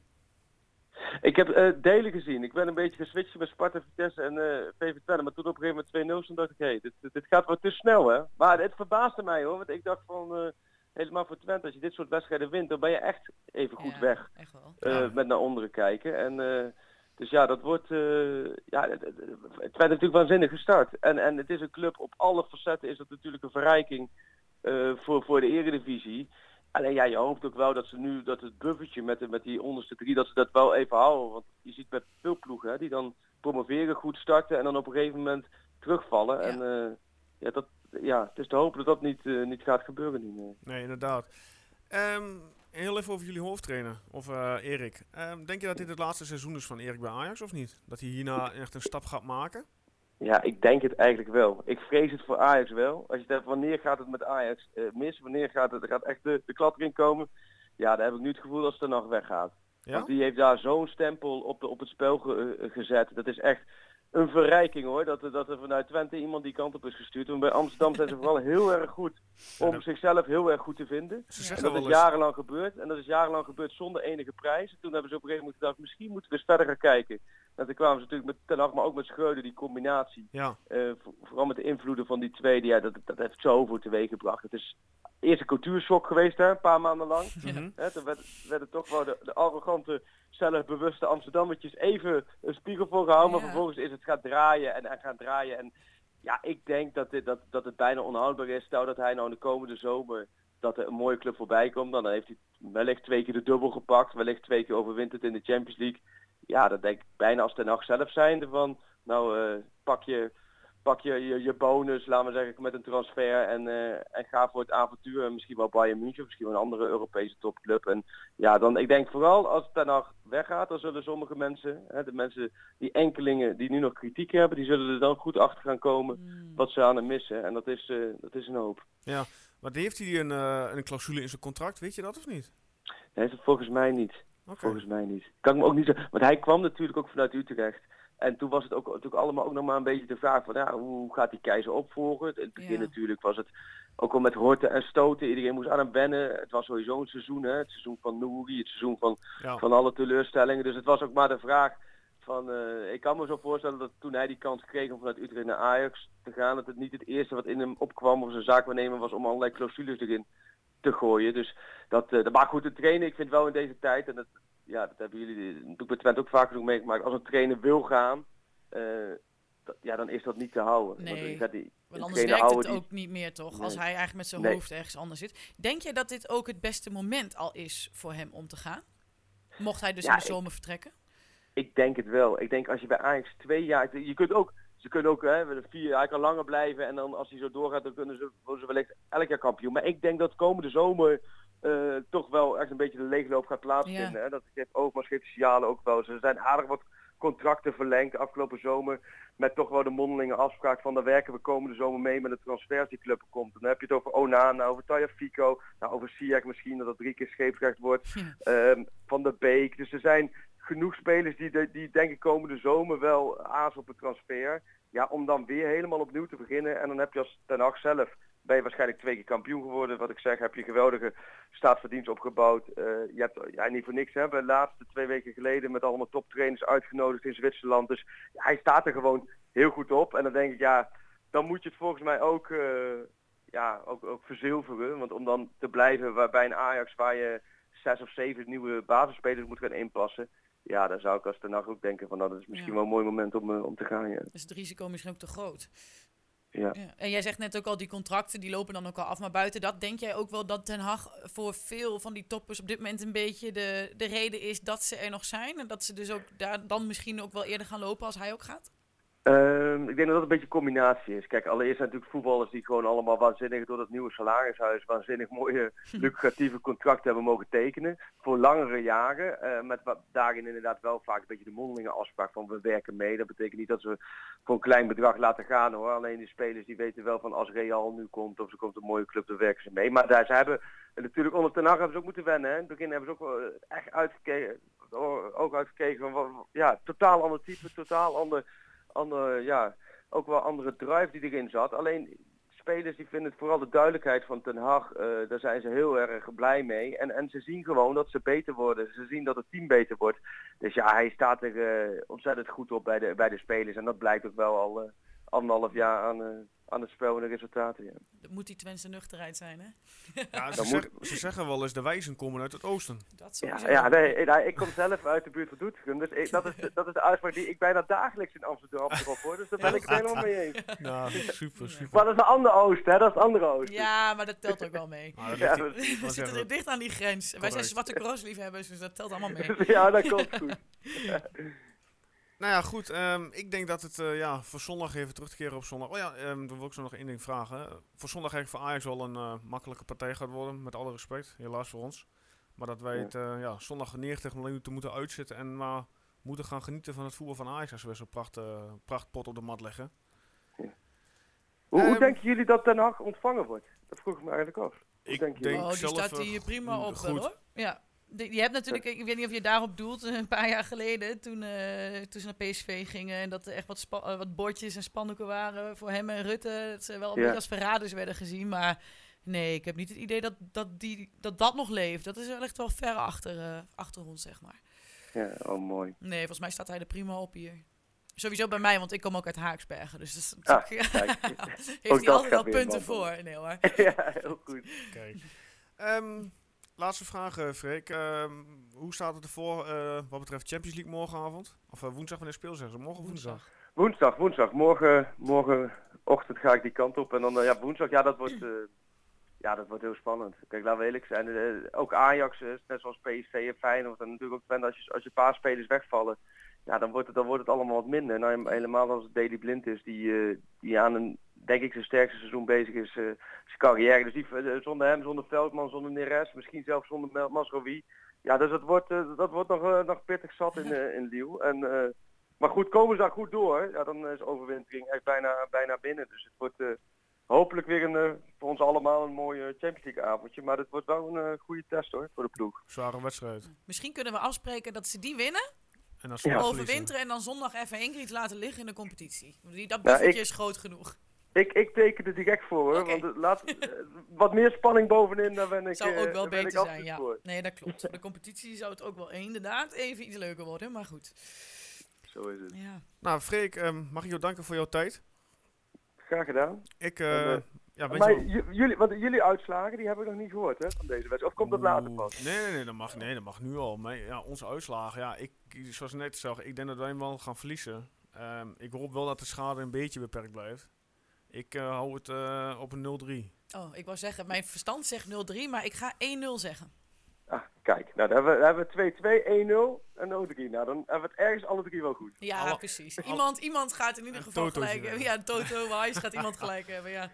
Ik heb delen gezien. Ik ben een beetje geswitcht met Sparta, Vitesse en VV Twente. Maar toen op een gegeven moment 2-0 dacht ik, dit gaat wat te snel, hè. Maar het verbaasde mij, hoor. Want ik dacht van, helemaal voor Twente, als je dit soort wedstrijden wint, dan ben je echt even goed weg. Echt wel. Met naar onderen kijken. En dus dat wordt... het werd natuurlijk waanzinnig gestart. En het is een club, op alle facetten is dat natuurlijk een verrijking voor de Eredivisie. Alleen je hoopt ook wel dat ze nu dat het buffertje met die onderste 3, dat ze dat wel even houden. Want je ziet met veel ploegen die dan promoveren, goed starten en dan op een gegeven moment terugvallen. Ja. En het is te hopen dat dat niet gaat gebeuren nu. Nee, inderdaad. Heel even over jullie hoofdtrainer, of Erik. Denk je dat dit het laatste seizoen is van Erik bij Ajax of niet? Dat hij hierna echt een stap gaat maken? Ja, ik denk het eigenlijk wel. Ik vrees het voor Ajax wel. Als je het hebt, wanneer gaat het met Ajax mis? Wanneer gaat echt de klap erin komen? Ja, daar heb ik nu het gevoel dat het er nog weggaat. Ja? Want die heeft daar zo'n stempel op het spel gezet. Dat is echt een verrijking, hoor. Dat er vanuit Twente iemand die kant op is gestuurd. Want bij Amsterdam zijn ze vooral heel erg goed om zichzelf heel erg goed te vinden. Dat is jarenlang gebeurd. En dat is jarenlang gebeurd zonder enige prijs. En toen hebben ze op een gegeven moment gedacht, misschien moeten we eens verder gaan kijken En toen kwamen ze natuurlijk met Ten Hag, maar ook met Schreuder, die combinatie. Ja. Vooral met de invloeden van die tweede, ja, dat heeft zoveel teweeg gebracht. Het is eerst een cultuurshock geweest, hè, een paar maanden lang. Ja. Toen werden toch wel de arrogante, zelfbewuste Amsterdammetjes even een spiegel voor gehouden. Maar vervolgens is het gaan draaien en gaan draaien. En ja, ik denk dat het bijna onhoudbaar is. Stel dat hij nou in de komende zomer dat er een mooie club voorbij komt. Dan heeft hij wellicht 2 keer de dubbel gepakt. Wellicht 2 keer overwinterd in de Champions League. Ja, dat denk ik bijna als Ten Hag zelf zijnde van, nou pak je bonus, laten we zeggen, met een transfer en ga voor het avontuur. En misschien wel Bayern München, misschien wel een andere Europese topclub. En ja, dan, ik denk vooral als Ten Hag weggaat, dan zullen sommige mensen, de mensen, die enkelingen die nu nog kritiek hebben, die zullen er dan goed achter gaan komen wat ze aan hem missen. En dat is een hoop. Ja, maar heeft hij een clausule in zijn contract, weet je dat of niet? Hij heeft het volgens mij niet. Okay. Volgens mij niet. Kan ik me ook niet zeggen. Want hij kwam natuurlijk ook vanuit Utrecht. En toen was het ook natuurlijk allemaal ook nog maar een beetje de vraag van, ja, hoe gaat die Keizer opvolgen? In het begin natuurlijk was het ook al met horten en stoten. Iedereen moest aan hem wennen. Het was sowieso een seizoen, hè? Het seizoen van Nouri, het seizoen van alle teleurstellingen. Dus het was ook maar de vraag van, ik kan me zo voorstellen dat toen hij die kans kreeg om vanuit Utrecht naar Ajax te gaan, dat het niet het eerste wat in hem opkwam of zijn zaakwaarnemer was om allerlei clausules erin te gooien. Dus dat maar goed, te trainen, ik vind wel in deze tijd, en dat hebben jullie natuurlijk bij Twente ook vaak genoeg meegemaakt, als een trainer wil gaan, dan is dat niet te houden. Nee, want anders werkt het ook niet meer, toch? Nee. Als hij eigenlijk met zijn hoofd ergens anders zit. Denk jij dat dit ook het beste moment al is voor hem om te gaan? Mocht hij dus in de zomer vertrekken? Ik denk het wel. Ik denk als je bij Ajax 2 jaar... Ze kunnen ook 4 jaar, hij kan langer blijven en dan als hij zo doorgaat, dan worden ze wellicht elk jaar kampioen. Maar ik denk dat komende zomer toch wel echt een beetje de leegloop gaat plaatsvinden. Ja. Hè? Dat geeft Overmars, geeft de signalen ook wel. Ze zijn aardig wat contracten verlengd afgelopen zomer met toch wel de mondelinge afspraak van, daar werken we komende zomer mee met de transfers die club komt. Dan heb je het over Onana, over Tagliafico, over Ziyech misschien, dat 3 keer scheepsrecht wordt, Van der Beek. Dus er zijn genoeg spelers die denk ik komende zomer wel aas op het transfer. Ja, om dan weer helemaal opnieuw te beginnen. En dan heb je als Ten Hag zelf, ben je waarschijnlijk 2 keer kampioen geworden. Wat ik zeg, heb je geweldige staatsverdienst opgebouwd. Je hebt niet voor niks, hè. De laatste 2 weken geleden met allemaal toptrainers uitgenodigd in Zwitserland. Dus hij staat er gewoon heel goed op. En dan denk ik, dan moet je het volgens mij ook verzilveren. Want om dan te blijven bij een Ajax waar je 6 of 7 nieuwe basisspelers moet gaan inpassen. Ja, dan zou ik als Ten Hag ook denken van, dat is misschien wel een mooi moment om te gaan. Ja. Is het risico misschien ook te groot? Ja. En jij zegt net ook al, die contracten die lopen dan ook al af. Maar buiten dat, denk jij ook wel dat Ten Hag voor veel van die toppers op dit moment een beetje de reden is dat ze er nog zijn? En dat ze dus ook daar dan misschien ook wel eerder gaan lopen als hij ook gaat? Ik denk dat dat een beetje een combinatie is. Kijk, allereerst zijn natuurlijk voetballers die gewoon allemaal waanzinnig door dat nieuwe salarishuis waanzinnig mooie lucratieve contracten hebben mogen tekenen. Voor langere jaren. Met daarin inderdaad wel vaak een beetje de mondelinge afspraak van we werken mee. Dat betekent niet dat ze voor een klein bedrag laten gaan, hoor. Alleen die spelers die weten wel van als Real nu komt of er komt een mooie club, dan werken ze mee. Maar ze hebben natuurlijk onder Ten Hag hebben ze ook moeten wennen. Hè. In het begin hebben ze ook wel echt uitgekeken van totaal ander type, totaal ook wel andere drive die erin zat. Alleen spelers die vinden het vooral de duidelijkheid van Ten Hag, daar zijn ze heel erg blij mee. En ze zien gewoon dat ze beter worden. Ze zien dat het team beter wordt. Dus ja, hij staat er ontzettend goed op bij de spelers. En dat blijkt ook wel al 1,5 jaar aan het spel en de resultaten. Ja. Dat moet die Twentse nuchterheid zijn, hè? Ja, ze zeggen wel eens de wijzen komen uit het oosten. Dat sowieso. Ik kom zelf uit de buurt van Doetinchem. Dus dat is de uitspraak die ik bijna dagelijks in Amsterdam hoor. Dus daar ben ik het helemaal mee eens. Ja, super. Maar dat is een ander oost, hè? Dat is het andere oost. Ja, maar dat telt ook wel mee. We zitten er dicht aan die grens. Wij zijn zwarte crossliefhebbers, dus dat telt allemaal mee. Ja, dat komt goed. Nou ja, goed. Ik denk dat het voor zondag even terug te keren op zondag. Dan wil ik zo nog 1 ding vragen. Voor zondag eigenlijk voor Ajax wel een makkelijke partij gaat worden. Met alle respect. Helaas voor ons. Maar dat wij het zondag 90 minuten moeten uitzitten. En maar moeten gaan genieten van het voetbal van Ajax. Als we zo'n prachtpot op de mat leggen. Ja. Hoe denken jullie dat Ten Hag ontvangen wordt? Dat vroeg ik me eigenlijk af. Ik denk die staat hier prima op goed. Hoor. Ja. Je hebt natuurlijk, ik weet niet of je daarop doelt, een paar jaar geleden toen ze naar PSV gingen en dat er echt wat bordjes en spandoeken waren voor hem en Rutte. Dat ze wel een beetje als verraders werden gezien, maar nee, ik heb niet het idee dat nog leeft. Dat is wel echt wel ver achter ons, zeg maar. Ja, oh mooi. Nee, volgens mij staat hij er prima op hier. Sowieso bij mij, want ik kom ook uit Haaksbergen. Dus dat is Kijk. heeft Ook hij dat altijd wel gaat weer punten wandelen. voor. Nee hoor. Ja, heel goed. Kijk. Laatste vraag, Freek. Hoe staat het ervoor wat betreft Champions League morgenavond? Of woensdag, wanneer speel ze? Morgen of woensdag? Woensdag. Morgenochtend ga ik die kant op. En dan woensdag, dat wordt heel spannend. Kijk, laten we eerlijk zijn. Ook Ajax, net zoals PSV en Feyenoord. En natuurlijk ook als je een paar spelers wegvallen. Ja, dan wordt het allemaal wat minder. Nou, helemaal als het Daley Blind is, die aan een, denk ik, zijn sterkste seizoen bezig is, zijn carrière. Dus zonder hem, zonder Veldman, zonder Neres, misschien zelfs zonder Masrowi. Ja, dus dat wordt nog pittig zat in Lille. Maar goed, komen ze daar goed door, ja, dan is overwintering echt bijna binnen. Dus het wordt hopelijk weer voor ons allemaal een mooi Champions League avondje. Maar het wordt wel een goede test hoor, voor de ploeg. Zware wedstrijd. Misschien kunnen we afspreken dat ze die winnen. En dan Overwinteren en dan zondag even Ingrid laten liggen in de competitie. Dat buffertje is groot genoeg. Ik teken er direct voor hoor. Okay. Want wat meer spanning bovenin, dan ben ik zou ook wel beter zijn, ja. Voor. Nee, dat klopt. De competitie zou het ook wel inderdaad even iets leuker worden, maar goed. Zo is het. Ja. Nou, Freek, mag ik jou danken voor jouw tijd? Graag gedaan. Jullie uitslagen, die heb ik nog niet gehoord hè, van deze wedstrijd. Of komt dat later pas? Nee, dat mag nu al. Maar ja, onze uitslagen, zoals ik net zag, ik denk dat wij wel gaan verliezen. Ik hoop wel dat de schade een beetje beperkt blijft. Ik hou het op een 0-3. Oh, ik wou zeggen, mijn verstand zegt 0-3, maar ik ga 1-0 zeggen. Ah, kijk. Nou, dan hebben we 2-2, 1-0 en 0-3. Nou, dan hebben we het ergens alle drie wel goed. Ja, precies. Iemand gaat in ieder geval gelijk hebben. Ja, Toto Wise gaat iemand gelijk hebben, ja.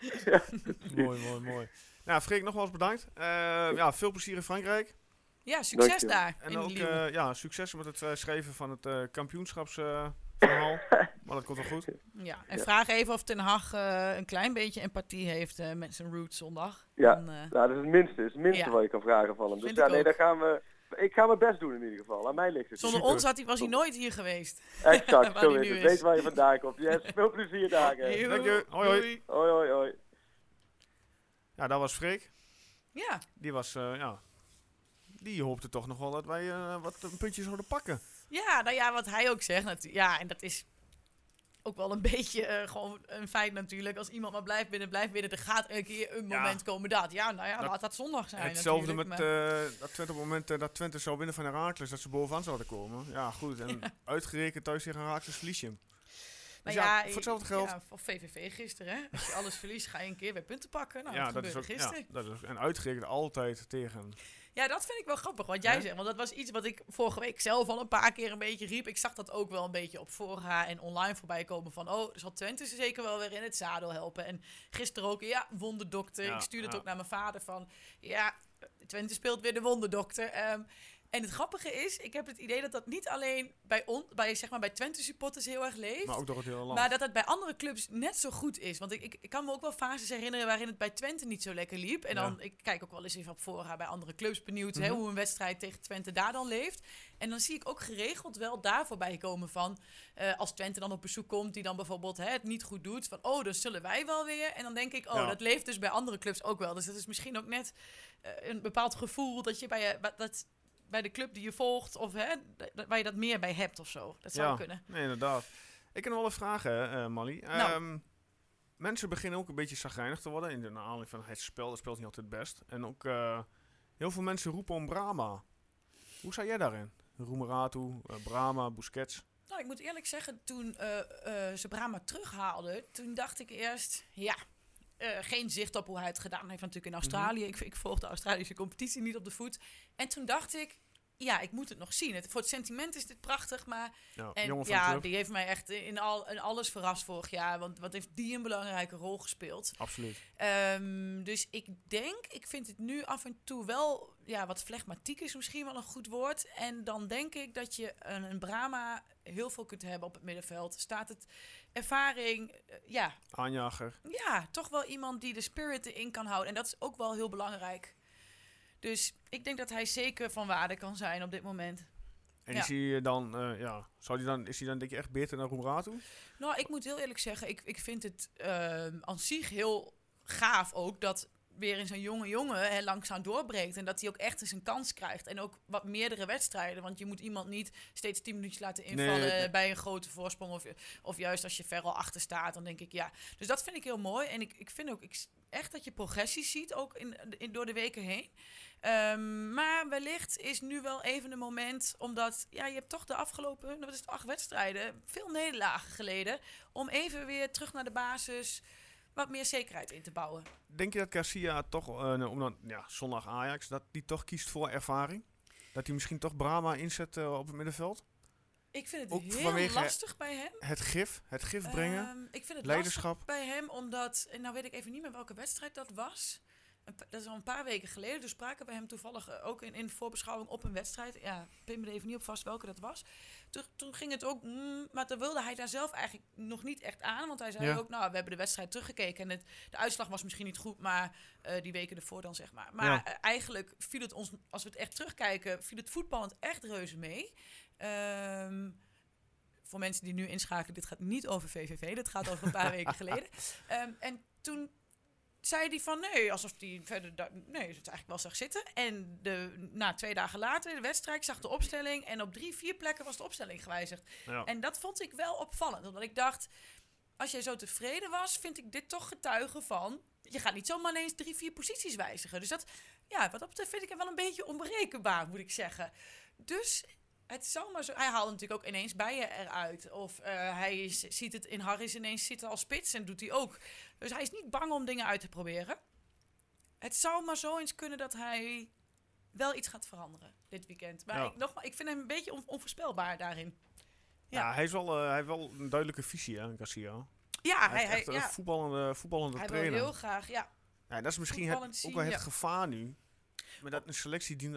Mooi. Nou, Freek, nogmaals bedankt. Veel plezier in Frankrijk. Ja, succes daar. En ook succes met het schrijven van het kampioenschapsverhaal. Maar dat komt wel goed. Ja, en vraag even of Ten Hag een klein beetje empathie heeft met zijn Roots zondag. Ja, dat is het minste wat je kan vragen van hem. Dus ik ga mijn best doen in ieder geval. Aan mij ligt het. Zonder ons was hij nooit hier geweest. Exact, zo is het. Weet waar je vandaan komt. Yes, veel plezier daar. Dank je. Hoi. Hoi. Ja, dat was Freek. Ja. Die was, die hoopte toch nog wel dat wij wat een puntje zouden pakken. Ja, nou ja, wat hij ook zegt. Ja, en dat is ook wel een beetje gewoon een feit natuurlijk. Als iemand maar blijft binnen, er gaat een keer een moment komen dat. Ja, nou ja, laat dat zondag zijn. Hetzelfde met dat Twente op het moment dat Twente zou winnen van Heracles, dat ze bovenaan zouden komen. Ja, goed. En uitgerekend thuis tegen Heracles verlies je hem. Dus voor hetzelfde geld. Ja, of VVV gisteren, hè. Als je alles verliest, ga je een keer weer punten pakken. Nou, dat gebeurde gisteren. Ja, en uitgerekend altijd tegen. Ja, dat vind ik wel grappig, wat jij zegt. Want dat was iets wat ik vorige week zelf al een paar keer een beetje riep. Ik zag dat ook wel een beetje op Fora en online voorbij komen van... zal Twente ze zeker wel weer in het zadel helpen. En gisteren ook, wonderdokter. Ik stuurde het ook naar mijn vader van... Ja, Twente speelt weer de wonderdokter. En het grappige is, ik heb het idee dat dat niet alleen bij Twente supporters heel erg leeft. Maar ook door het hele land. Maar dat het bij andere clubs net zo goed is. Want ik kan me ook wel fases herinneren waarin het bij Twente niet zo lekker liep. En dan, ik kijk ook wel eens even op Fora bij andere clubs benieuwd hoe een wedstrijd tegen Twente daar dan leeft. En dan zie ik ook geregeld wel daar voorbij komen van, als Twente dan op bezoek komt, die dan bijvoorbeeld het niet goed doet. Van, dan zullen wij wel weer. En dan denk ik, dat leeft dus bij andere clubs ook wel. Dus dat is misschien ook net een bepaald gevoel dat je bij de club die je volgt, of waar je dat meer bij hebt of zo. Dat zou kunnen. Nee, inderdaad. Ik heb nog wel een vraag, Molly. Mensen beginnen ook een beetje chagrijnig te worden in de aanleiding van het spel. Dat speelt niet altijd best. En ook heel veel mensen roepen om Brahma. Hoe sta jij daarin? Roemeratu, Brahma, Busquets. Nou, ik moet eerlijk zeggen, toen ze Brahma terughaalden, toen dacht ik eerst, geen zicht op hoe hij het gedaan heeft natuurlijk in Australië. Ik volg de Australische competitie niet op de voet. En toen dacht ik, ik moet het nog zien. Voor het sentiment is dit prachtig, maar... die heeft mij echt in alles verrast vorig jaar. Want wat heeft die een belangrijke rol gespeeld? Absoluut. Dus ik vind het nu af en toe wel... wat flegmatiek is misschien wel een goed woord. En dan denk ik dat je een Brahma heel veel kunt hebben op het middenveld. Staat het ervaring, aanjager. Ja, toch wel iemand die de spirit erin kan houden. En dat is ook wel heel belangrijk. Dus ik denk dat hij zeker van waarde kan zijn op dit moment. En is hij dan, is hij dan denk je echt beter dan Roemeratu? Nou, ik moet heel eerlijk zeggen, ik vind het aan zich heel gaaf ook dat weer in zo'n jonge jongen langzaam doorbreekt. En dat hij ook echt eens een kans krijgt. En ook wat meerdere wedstrijden. Want je moet iemand niet steeds 10 minuutjes laten invallen bij een grote voorsprong. Of juist als je ver al achter staat, dan denk ik ja. Dus dat vind ik heel mooi. En ik vind ook echt dat je progressie ziet, ook door de weken heen. Maar wellicht is nu wel even een moment, omdat je hebt toch de afgelopen 8 wedstrijden, veel nederlagen geleden, om even weer terug naar de basis, wat meer zekerheid in te bouwen. Denk je dat Garcia toch, omdat zondag Ajax, dat die toch kiest voor ervaring? Dat hij misschien toch Brahma inzet op het middenveld? Ik vind het ook heel lastig bij hem. Het gif brengen, ik vind het leiderschap. lastig bij hem, omdat, en nou weet ik even niet meer welke wedstrijd dat was. Dat is al een paar weken geleden. Dus spraken we hem toevallig ook in de voorbeschouwing op een wedstrijd. Ja, pin me er even niet op vast welke dat was. Toen ging het ook, maar toen wilde hij daar zelf eigenlijk nog niet echt aan. Want hij zei ook, we hebben de wedstrijd teruggekeken. En de uitslag was misschien niet goed, maar die weken ervoor dan zeg maar. Maar eigenlijk viel het ons, als we het echt terugkijken, viel het voetballend echt reuze mee. Voor mensen die nu inschakelen, dit gaat niet over VVV. Dit gaat over een paar weken geleden. En toen zei hij van nee, alsof hij verder het eigenlijk wel zag zitten. En 2 dagen later, de wedstrijd, ik zag de opstelling. En op 3-4 plekken was de opstelling gewijzigd. Ja. En dat vond ik wel opvallend. Omdat ik dacht, als jij zo tevreden was, vind ik dit toch getuigen van, je gaat niet zomaar ineens 3-4 posities wijzigen. Dus dat, wat dat betreft vind ik hem wel een beetje onberekenbaar, moet ik zeggen. Dus het zou maar zo. Hij haalde natuurlijk ook ineens Bijen eruit. Of hij ziet het in Harris ineens zitten als spits en doet hij ook. Dus hij is niet bang om dingen uit te proberen. Het zou maar zo eens kunnen dat hij wel iets gaat veranderen dit weekend. Maar ik vind hem een beetje onvoorspelbaar daarin. Ja, hij heeft wel een duidelijke visie, hè, Garcia. Ja, hij is echt een voetballende hij trainer. Wil heel graag, ja. Dat is misschien ook wel het gevaar nu. Maar dat een selectie die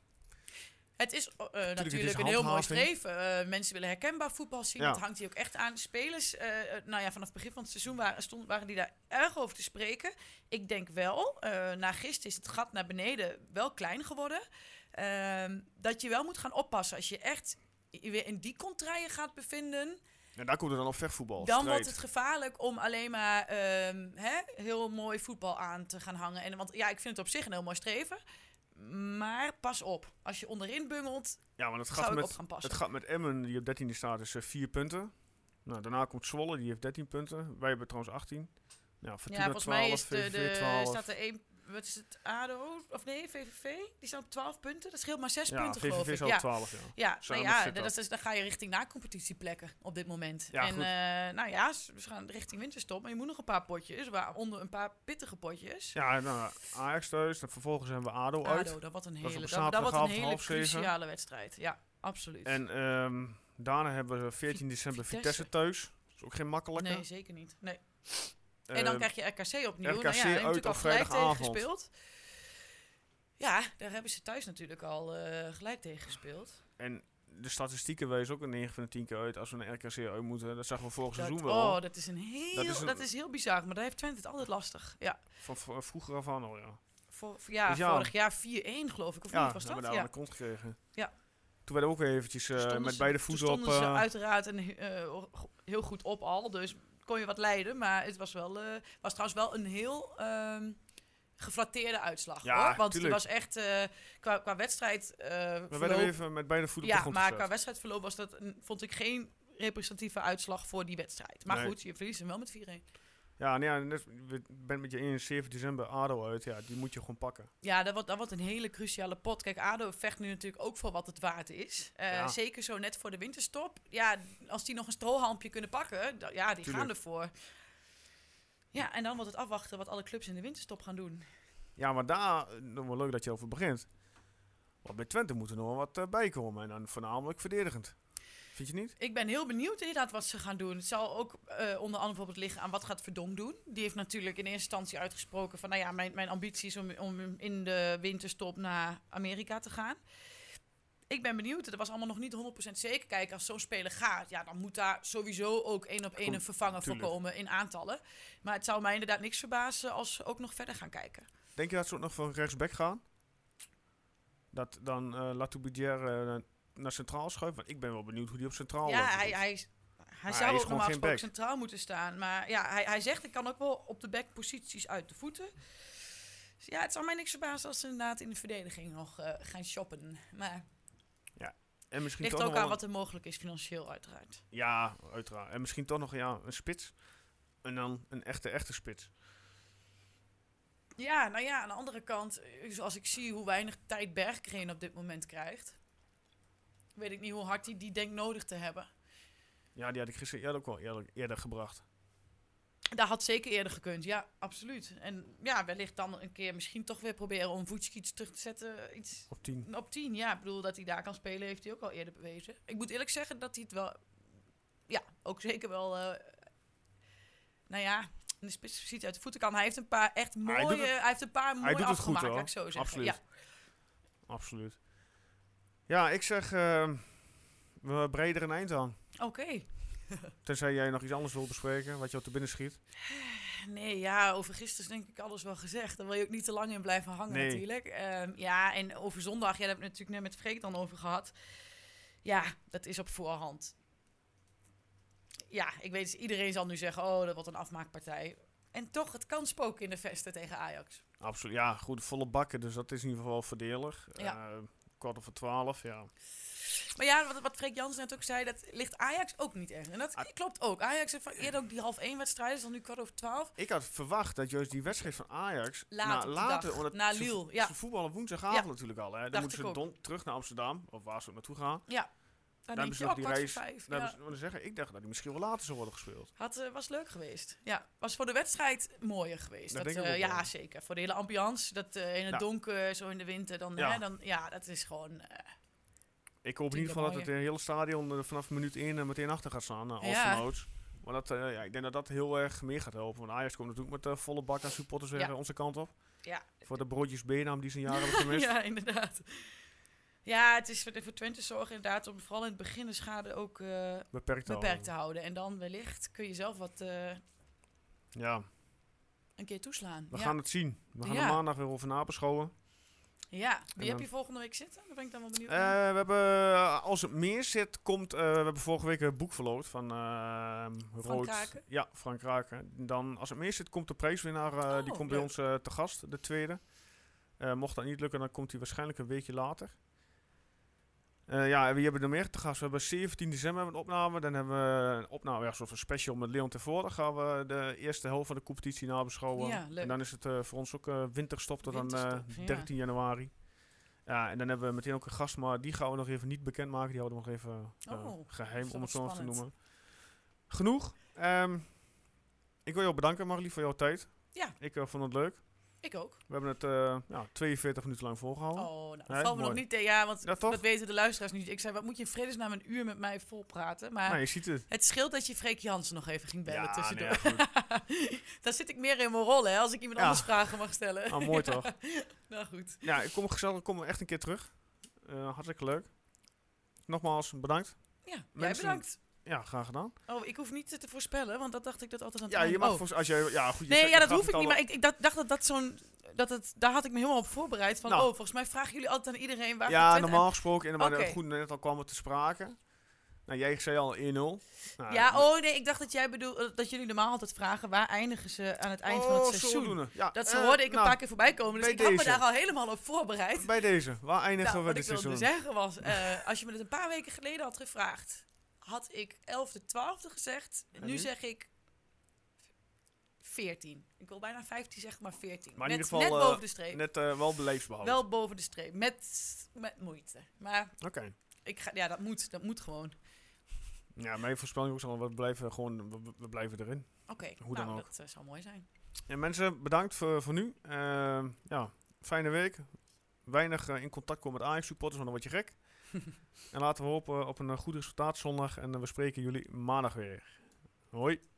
het is natuurlijk een heel mooi streven. Mensen willen herkenbaar voetbal zien. Dat hangt hier ook echt aan. Spelers, vanaf het begin van het seizoen waren die daar erg over te spreken. Ik denk wel, na gisteren is het gat naar beneden wel klein geworden. Dat je wel moet gaan oppassen. Als je echt weer in die contraien gaat bevinden. En daar komt er dan op vechtvoetbal. Dan wordt het gevaarlijk om alleen maar heel mooi voetbal aan te gaan hangen. Want ik vind het op zich een heel mooi streven. Maar pas op, als je onderin bungelt, want het zou ik op gaan passen. Het gaat met Emmen, die op 13e staat, is 4 punten. Nou, daarna komt Zwolle, die heeft 13 punten. Wij hebben trouwens 18. Fortuna volgens 12, mij is VVV 12. staat er 1, wat is het, ADO? Of nee, VVV? Die staan op 12 punten. Dat scheelt maar 6 punten, VVV geloof ik. is al 12, dan ga je richting na-competitieplekken op dit moment. Ja, en we gaan richting winterstop, maar je moet nog een paar potjes, waaronder een paar pittige potjes. Ja, Ajax thuis, en vervolgens hebben we ADO uit. Dat wordt een hele cruciale wedstrijd. Ja, absoluut. En daarna hebben we 14 december Vitesse thuis. Dat is ook geen makkelijke. Nee, zeker niet. Nee. En dan krijg je RKC opnieuw. RKC uit natuurlijk al op gelijk tegen vrijdagavond. gespeeld. Ja, daar hebben ze thuis natuurlijk al gelijk tegen gespeeld. En de statistieken wijzen ook een 9 van de 10 keer uit als we een RKC uit moeten. Dat zagen we vorig seizoen wel. Oh, dat is heel bizar. Maar daar heeft Twente het altijd lastig. Ja. Van vroeger af aan al, ja. Vorig jaar 4-1 geloof ik. Of niet was dat? Ja, hebben we daar aan de kont gekregen. Ja. Toen werden we ook eventjes met beide voeten op. Stonden ze uiteraard heel goed op al. Dus kon je wat leiden. Maar het was trouwens wel een heel geflatteerde uitslag. Ja, hoor. Want tuurlijk. die was echt qua wedstrijd. We werden even met beide voeten op de grond maar gezet. qua wedstrijdverloop was dat vond ik geen representatieve uitslag voor die wedstrijd. Maar goed, je verliest hem wel met 4-1. Ja, ik ben met je in 7 december ADO uit. Ja, die moet je gewoon pakken. Ja, dat wordt een hele cruciale pot. Kijk, ADO vecht nu natuurlijk ook voor wat het waard is. Zeker zo net voor de winterstop. Ja, als die nog een strohalmpje kunnen pakken, die gaan ervoor. Ja, en dan wordt het afwachten wat alle clubs in de winterstop gaan doen. Ja, maar daar, nog wel leuk dat je over begint. Want bij Twente moet er nog wel wat bij komen. En dan voornamelijk verdedigend. Vind je niet? Ik ben heel benieuwd inderdaad wat ze gaan doen. Het zal ook onder andere bijvoorbeeld liggen aan wat gaat Verdonk doen. Die heeft natuurlijk in eerste instantie uitgesproken van, mijn ambitie is om in de winterstop naar Amerika te gaan. Ik ben benieuwd. Dat was allemaal nog niet 100% zeker. Kijk, als zo'n speler gaat, dan moet daar sowieso ook 1-op-1 een vervanger voor komen in aantallen. Maar het zou mij inderdaad niks verbazen als ze ook nog verder gaan kijken. Denk je dat ze ook nog van rechtsback gaan? Dat dan Latoubidière naar centraal schuift? Want ik ben wel benieuwd hoe die op centraal loopt. Hij zou ook normaal gesproken centraal moeten staan. Maar hij zegt, ik kan ook wel op de backposities uit de voeten. Dus ja, het zal mij niks verbazen als ze inderdaad in de verdediging nog gaan shoppen. Maar En misschien ligt toch ook nog aan wel wat er mogelijk is financieel uiteraard. Ja, uiteraard. En misschien toch nog een spits. En dan een echte spits. Ja, nou ja, aan de andere kant, als ik zie hoe weinig tijd Bergkreen op dit moment krijgt, weet ik niet hoe hard hij die denkt nodig te hebben. Ja, die had ik gisteren ook wel eerder gebracht. Dat had zeker eerder gekund, ja, absoluut. En ja, wellicht dan een keer misschien toch weer proberen om Vucic terug te zetten. Iets Op 10. Ja. Ik bedoel, dat hij daar kan spelen, heeft hij ook al eerder bewezen. Ik moet eerlijk zeggen dat hij het wel, ja, ook zeker wel, nou ja, in de spitspositie uit de voeten kan. Hij heeft een paar echt mooie, hij heeft een paar mooie afgemaakt, laat ik zo zeggen. Absoluut. Ja. Absoluut. Ja, ik zeg, we breder een eind aan. Oké. Tenzij jij nog iets anders wil bespreken, wat je op te binnen schiet. Nee, ja, over gisteren is denk ik alles wel gezegd. Daar wil je ook niet te lang in blijven hangen Nee. natuurlijk. Ja, en over zondag, daar hebben we het natuurlijk net met Freek dan over gehad. Ja, dat is op voorhand. Ja, ik weet, iedereen zal nu zeggen, oh, dat wordt een afmaakpartij. En toch, het kan spoken in de vesten tegen Ajax. Absoluut. Ja, goed, volle bakken, dus dat is in ieder geval voordelig. Ja. 11:15, ja. Maar ja, wat Freek Jansen net ook zei, dat ligt Ajax ook niet echt. En dat klopt ook. Ajax heeft eerder ook die 12:30 wedstrijd, is dan nu 11:15. Ik had verwacht dat juist die wedstrijd van Ajax Later op de dag, omdat na ze Lille, ja. Ze voetballen woensdagavond Ja. natuurlijk al. Hè. Dan Dacht moeten ik ze ook. terug naar Amsterdam, of waar ze ook naartoe gaan. Ja, dan denk hebben ze je, nog oh, die reis. 4:45. Dan Ja. hebben ze, zeggen, ik dacht dat die misschien wel later zou worden gespeeld. Was leuk geweest. Ja, was voor de wedstrijd mooier geweest. Dat denk ik ook ja, wel. zeker. Voor de hele ambiance. Dat in het Ja. donker, zo in de winter. Dan, Ja. Dat is gewoon... Ik hoop in ieder geval dat het hele stadion vanaf minuut 1 meteen achter gaat staan, als Ja. vanouds. Maar dat, ik denk dat dat heel erg meer gaat helpen. Want Ajax komt natuurlijk met volle bak aan supporters weer Ja. onze kant op. ja, Voor de broodjes Benam die ze een jaar hebben gemist. ja, inderdaad. Ja, het is voor Twente zorgen inderdaad om vooral in het begin de schade ook Beperkt te beperkt te houden. houden. En dan wellicht kun je zelf wat Ja, een keer toeslaan. we ja. gaan het zien. We gaan Ja. er maandag weer over nabeschouwen. Ja, wie heb dan- je volgende week zitten? Daar ben ik dan wel benieuwd We naar. hebben, als het meer zit, komt... we hebben vorige week een boek verloot van Rood. Kraken? Ja, Frank Kraken. Dan, als het meer zit, komt de prijswinnaar. Die komt bij leuk. ons te gast, de tweede. Mocht dat niet lukken, dan komt hij waarschijnlijk een weekje later. Ja, wie hebben er meer te gast? We hebben 17 december een opname. Dan hebben we een opname, een soort van special met Leon Tervoorde. Dan gaan we de eerste helft van de competitie nabeschouwen. Ja, leuk. En dan is het voor ons ook winterstop tot aan Winterstop, ja. 13 januari. Ja, en dan hebben we meteen ook een gast, maar die gaan we nog even niet bekendmaken. Die houden we nog even geheim, dat om het is zo even te spannend. noemen. Genoeg. Ik wil jou bedanken, Marlies, voor jouw tijd. Ja. Ik vond het leuk. Ik ook. We hebben het 42 minuten lang volgehouden. Oh, nou, Nee, valt me nog mooi. niet tegen. Ja, want Ja, toch? dat weten de luisteraars niet. Ik zei, wat moet je in vredesnaam een uur met mij volpraten? Maar Nou, je ziet het. het scheelt dat je Freek Jansen nog even ging bellen Ja, tussendoor. nee, ja, Daar zit ik meer in mijn rol, hè, als ik iemand Ja. anders vragen mag stellen. Ah, mooi toch? Nou goed. Ja, ik kom echt een keer terug. Hartstikke leuk. Nogmaals, bedankt. Ja, jij Mensen- bedankt. Ja, graag gedaan. Oh, ik hoef niet te voorspellen, want dat dacht ik dat altijd aan het Ja, einde. je mag Oh. als jij... Ja, goed, je Nee, zegt- ja, je dat gaf hoef het ik niet, al- maar ik dacht dat zo'n... daar had ik me helemaal op voorbereid. Van, Nou. volgens mij vragen jullie altijd aan iedereen waar Ja, Twente- normaal gesproken. Maar Oké. goed, net al kwam het te sprake. Nou, jij zei al 1-0. Nou, Ja, nee, ik dacht dat jij bedoelde dat jullie normaal altijd vragen waar eindigen ze aan het eind van het seizoen. zodoende. Ja, Dat hoorde ik een nou, paar keer voorbij komen, dus bij ik had me deze. daar al helemaal op voorbereid. Bij deze, waar eindigen Nou, we wat dit ik wilde seizoen? zeggen was, als je me dit een paar weken geleden had gevraagd, had ik 11e, 12e gezegd. En Nu nu? zeg ik 14. Ik wil bijna 15 zeggen, maar 14. Maar in net, ieder geval, net boven de streep. Net wel beleefsbehouden. Wel boven de streep, met moeite. Maar Oké. dat moet gewoon. Ja, mijn voorspelling ook zal we blijven gewoon, we blijven erin. Oké, Hoe dan ook. dat zou mooi zijn. En mensen, bedankt voor nu. Ja, fijne week. Weinig in contact komen met Ajax-supporters, want dan word je gek. En laten we hopen op een goed resultaat zondag. En we spreken jullie maandag weer. Hoi.